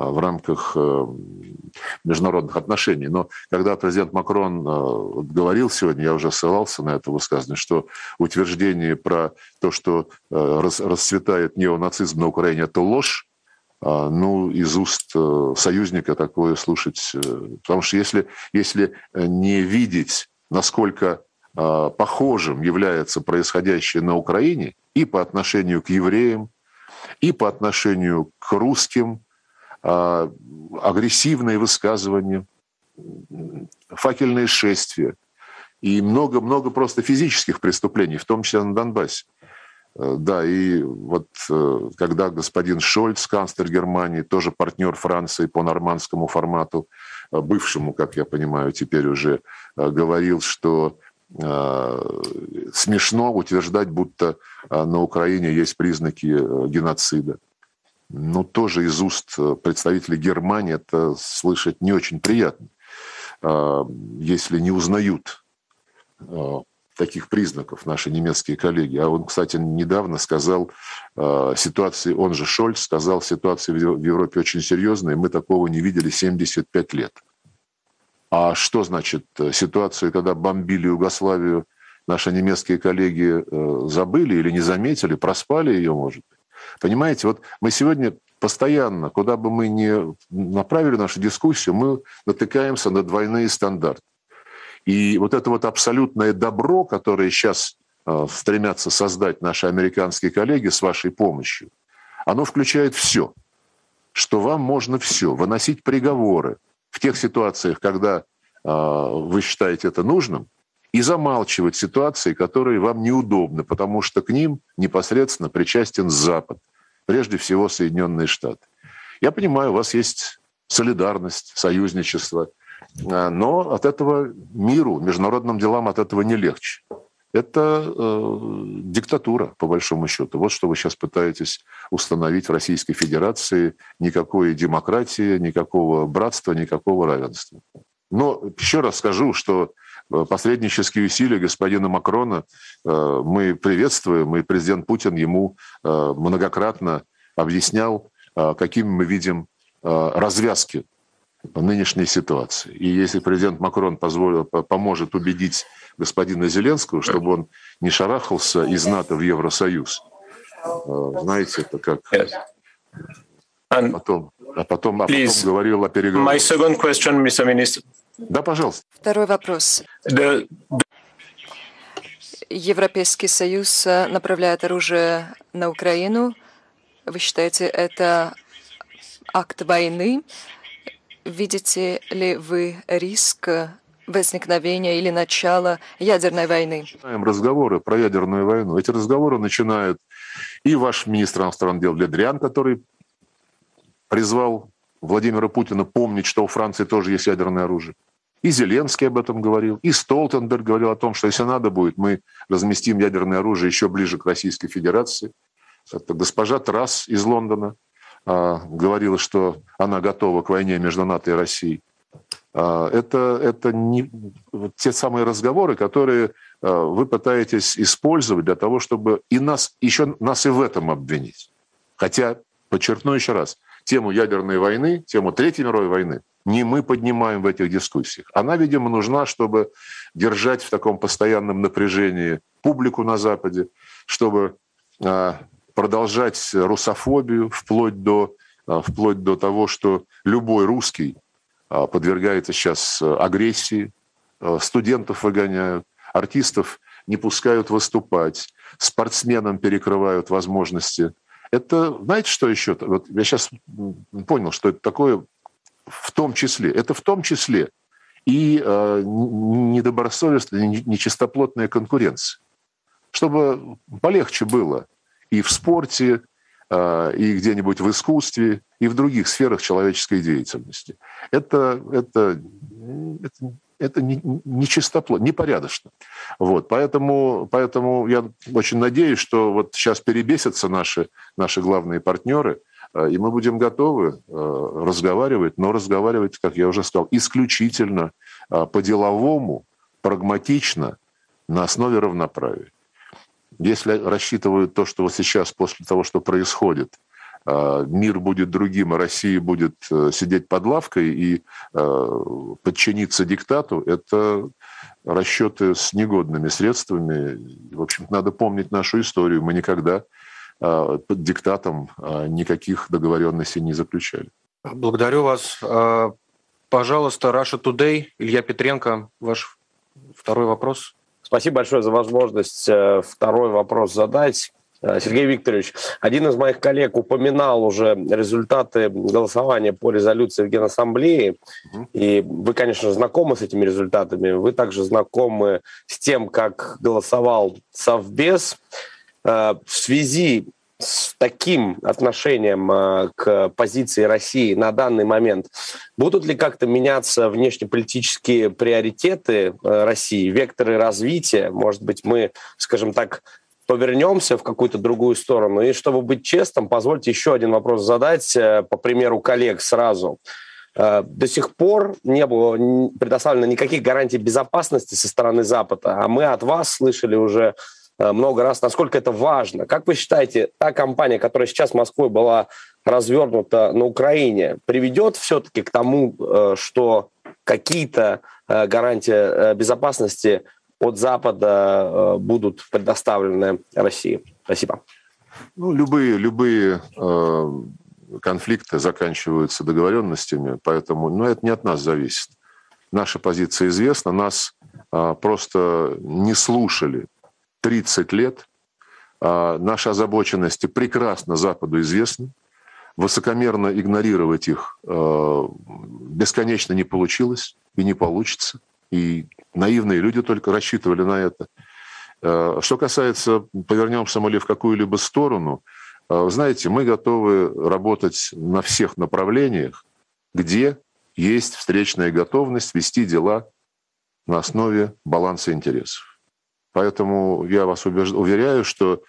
международных отношений. Но когда президент Макрон говорил сегодня, я уже ссылался на это высказывание, что утверждение про то, что расцветает неонацизм на Украине, это ложь, из уст союзника такое слушать. Потому что если не видеть, насколько похожим является происходящее на Украине и по отношению к евреям, и по отношению к русским, агрессивные высказывания, факельные шествия и много-много просто физических преступлений, в том числе на Донбассе. Да, и когда господин Шольц, канцлер Германии, тоже партнер Франции по нормандскому формату, бывшему, как я понимаю, теперь уже говорил, что смешно утверждать, будто на Украине есть признаки геноцида. Тоже из уст представителей Германии это слышать не очень приятно, если не узнают таких признаков наши немецкие коллеги. А он, кстати, недавно сказал, он же Шольц сказал, ситуация в Европе очень серьезная, мы такого не видели 75 лет. А что значит ситуацию, когда бомбили Югославию, наши немецкие коллеги забыли или не заметили, проспали ее, может быть? Понимаете, мы сегодня постоянно, куда бы мы ни направили нашу дискуссию, мы натыкаемся на двойные стандарты. И это абсолютное добро, которое сейчас стремятся создать наши американские коллеги с вашей помощью, оно включает все, что вам можно все, выносить приговоры в тех ситуациях, когда вы считаете это нужным, и замалчивать ситуации, которые вам неудобны, потому что к ним непосредственно причастен Запад, прежде всего Соединенные Штаты. Я понимаю, у вас есть солидарность, союзничество, но от этого миру, международным делам от этого не легче. Это диктатура, по большому счету. Вот что вы сейчас пытаетесь установить в Российской Федерации. Никакой демократии, никакого братства, никакого равенства. Но еще раз скажу, что посреднические усилия господина Макрона мы приветствуем, и президент Путин ему многократно объяснял, какими мы видим развязки нынешней ситуации. И если президент Макрон поможет убедить господина Зеленского, чтобы он не шарахался из НАТО в Евросоюз, знаете, это как... Потом говорил о переговорах. My second question, Mr. Minister. Да, пожалуйста. Второй вопрос. Европейский Союз направляет оружие на Украину. Вы считаете, это акт войны? Видите ли вы риск возникновения или начала ядерной войны? Разговоры про ядерную войну. Эти разговоры начинает и ваш министр иностранных дел Ледриан, который призвал Владимира Путина помнить, что у Франции тоже есть ядерное оружие. И Зеленский об этом говорил, и Столтенберг говорил о том, что если надо будет, мы разместим ядерное оружие еще ближе к Российской Федерации. Это госпожа Трасс из Лондона говорила, что она готова к войне между НАТО и Россией. Это не те самые разговоры, которые вы пытаетесь использовать для того, чтобы нас и в этом обвинить. Хотя, подчеркну еще раз, тему ядерной войны, тему Третьей мировой войны не мы поднимаем в этих дискуссиях. Она, видимо, нужна, чтобы держать в таком постоянном напряжении публику на Западе, чтобы продолжать русофобию вплоть до того, что любой русский подвергается сейчас агрессии, студентов выгоняют, артистов не пускают выступать, спортсменам перекрывают возможности. Это, знаете, что еще? Вот я сейчас понял, что это такое в том числе. Это в том числе и недобросовестная, нечистоплотная конкуренция. Чтобы полегче было и в спорте, и где-нибудь в искусстве, и в других сферах человеческой деятельности. Это нечистоплотно, непорядочно. Вот. Поэтому я очень надеюсь, что вот сейчас перебесятся наши главные партнеры, и мы будем готовы разговаривать, но разговаривать, как я уже сказал, исключительно по-деловому, прагматично, на основе равноправия. Если рассчитывают то, что вот сейчас, после того, что происходит, мир будет другим, а Россия будет сидеть под лавкой и подчиниться диктату, это расчеты с негодными средствами. В общем, надо помнить нашу историю. Мы никогда под диктатом никаких договоренностей не заключали. Благодарю вас. Пожалуйста, Russia Today, Илья Петренко, ваш второй вопрос. Спасибо большое за возможность второй вопрос задать. Сергей Викторович, один из моих коллег упоминал уже результаты голосования по резолюции в Генассамблее, и вы, конечно, знакомы с этими результатами, вы также знакомы с тем, как голосовал Совбез. В связи с таким отношением к позиции России на данный момент, будут ли как-то меняться внешнеполитические приоритеты России, векторы развития? Может быть, мы, скажем так, повернемся в какую-то другую сторону? И чтобы быть честным, позвольте еще один вопрос задать, по примеру коллег сразу. До сих пор не было предоставлено никаких гарантий безопасности со стороны Запада, а мы от вас слышали уже много раз, насколько это важно. Как вы считаете, та кампания, которая сейчас Москвой была развернута на Украине, приведет все-таки к тому, что какие-то гарантии безопасности от Запада будут предоставлены России? Спасибо. Любые конфликты заканчиваются договоренностями, поэтому это не от нас зависит. Наша позиция известна, нас просто не слушали 30 лет. Наши озабоченности прекрасно Западу известны. Высокомерно игнорировать их бесконечно не получилось и не получится. И наивные люди только рассчитывали на это. Что касается, повернемся мы ли в какую-либо сторону, знаете, мы готовы работать на всех направлениях, где есть встречная готовность вести дела на основе баланса интересов. Поэтому я вас уверяю, что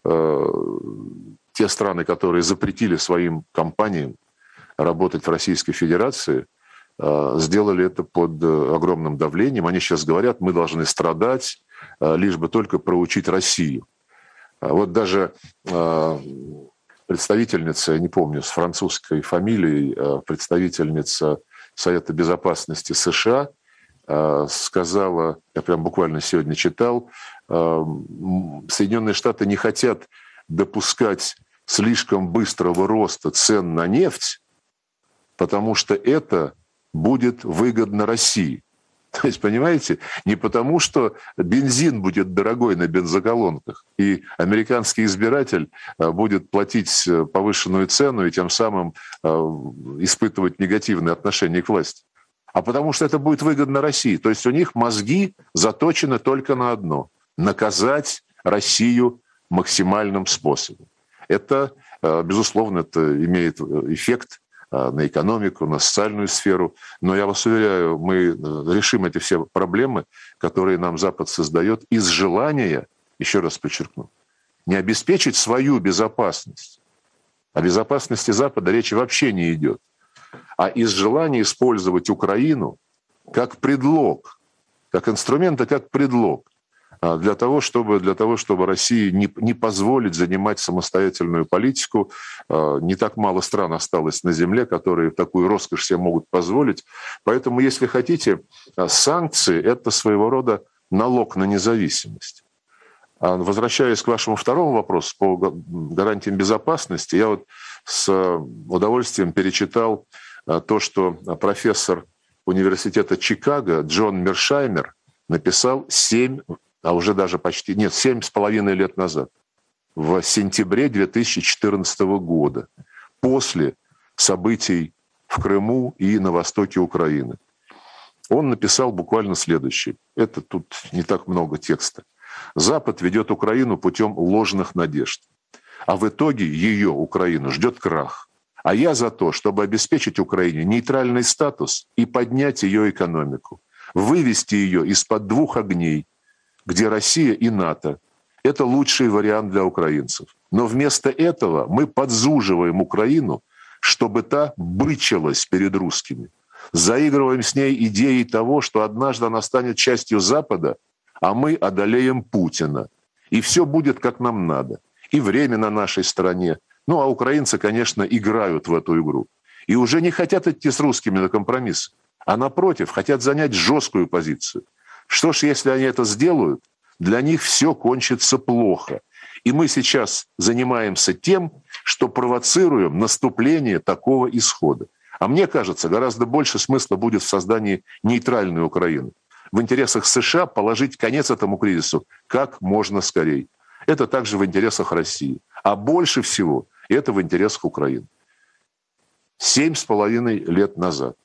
те страны, которые запретили своим компаниям работать в Российской Федерации, сделали это под огромным давлением. Они сейчас говорят, мы должны страдать, лишь бы только проучить Россию. Вот даже представительница, я не помню, с французской фамилией, представительница Совета Безопасности США сказала, я прям буквально сегодня читал, Соединенные Штаты не хотят допускать слишком быстрого роста цен на нефть, потому что это будет выгодно России. То есть, понимаете, не потому, что бензин будет дорогой на бензоколонках, и американский избиратель будет платить повышенную цену и тем самым испытывать негативное отношение к власти, а потому что это будет выгодно России. То есть у них мозги заточены только на одно – наказать Россию максимальным способом. Это, безусловно, это имеет эффект на экономику, на социальную сферу. Но я вас уверяю, мы решим эти все проблемы, которые нам Запад создает, из желания, еще раз подчеркну, не обеспечить свою безопасность. О безопасности Запада речи вообще не идет. А из желания использовать Украину как предлог, как инструмент, как предлог для того, чтобы России не позволить занимать самостоятельную политику. Не так мало стран осталось на земле, которые такую роскошь себе могут позволить. Поэтому, если хотите, санкции – это своего рода налог на независимость. Возвращаясь к вашему второму вопросу по гарантиям безопасности, я вот с удовольствием перечитал то, что профессор университета Чикаго Джон Мершаймер написал 7,5 лет назад, в сентябре 2014 года, после событий в Крыму и на востоке Украины. Он написал буквально следующее. Это тут не так много текста. «Запад ведет Украину путем ложных надежд, а в итоге ее, Украину, ждет крах. А я за то, чтобы обеспечить Украине нейтральный статус и поднять ее экономику, вывести ее из-под двух огней, где Россия и НАТО. Это лучший вариант для украинцев. Но вместо этого мы подзуживаем Украину, чтобы та бычилась перед русскими. Заигрываем с ней идеей того, что однажды она станет частью Запада, а мы одолеем Путина. И все будет как нам надо. И время на нашей стороне. Ну, а украинцы, конечно, играют в эту игру. И уже не хотят идти с русскими на компромисс, а напротив, хотят занять жесткую позицию. Что ж, если они это сделают, для них все кончится плохо. И мы сейчас занимаемся тем, что провоцируем наступление такого исхода. А мне кажется, гораздо больше смысла будет в создании нейтральной Украины. В интересах США положить конец этому кризису как можно скорее. Это также в интересах России. А больше всего это в интересах Украины. 7,5 лет назад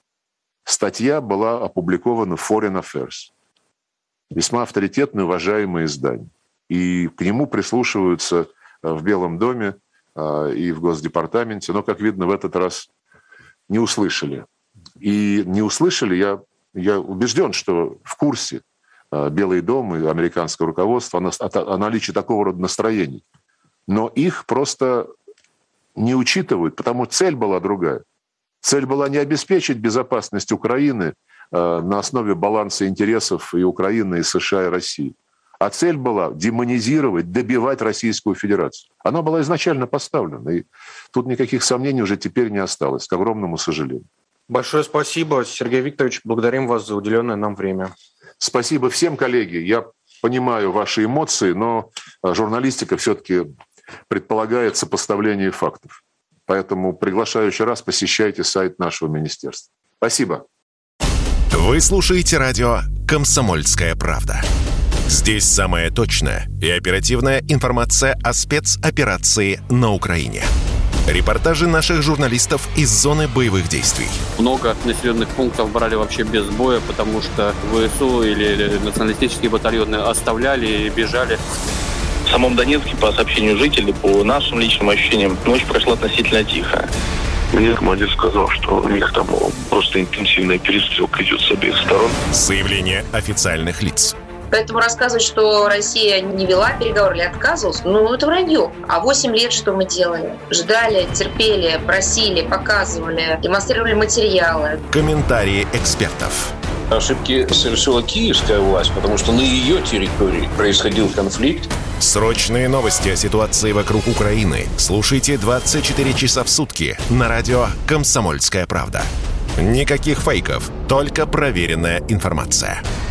статья была опубликована в Foreign Affairs. Весьма авторитетное, уважаемое издание. И к нему прислушиваются в Белом доме и в Госдепартаменте. Но, как видно, в этот раз не услышали. И не услышали, я убежден, что в курсе Белый дом и американское руководство о наличии такого рода настроений. Но их просто не учитывают, потому что цель была другая. Цель была не обеспечить безопасность Украины на основе баланса интересов и Украины, и США, и России. А цель была демонизировать, добивать Российскую Федерацию. Она была изначально поставлена. И тут никаких сомнений уже теперь не осталось, к огромному сожалению. Большое спасибо, Сергей Викторович. Благодарим вас за уделенное нам время. Спасибо всем, коллеги. Я понимаю ваши эмоции, но журналистика все-таки предполагает сопоставление фактов. Поэтому приглашаю еще раз, посещайте сайт нашего министерства. Спасибо. Вы слушаете радио «Комсомольская правда». Здесь самая точная и оперативная информация о спецоперации на Украине. Репортажи наших журналистов из зоны боевых действий. Много населенных пунктов брали вообще без боя, потому что ВСУ или националистические батальоны оставляли и бежали. В самом Донецке, по сообщению жителей, по нашим личным ощущениям, ночь прошла относительно тихо. Мне командир сказал, что у них там просто интенсивная перестрелка идет с обеих сторон. Заявление официальных лиц. Поэтому рассказывать, что Россия не вела переговоры или отказывалась, это вранье. А 8 лет что мы делали? Ждали, терпели, просили, показывали, демонстрировали материалы. Комментарии экспертов. Ошибки совершила киевская власть, потому что на ее территории происходил конфликт. Срочные новости о ситуации вокруг Украины слушайте 24 часа в сутки на радио «Комсомольская правда». Никаких фейков, только проверенная информация.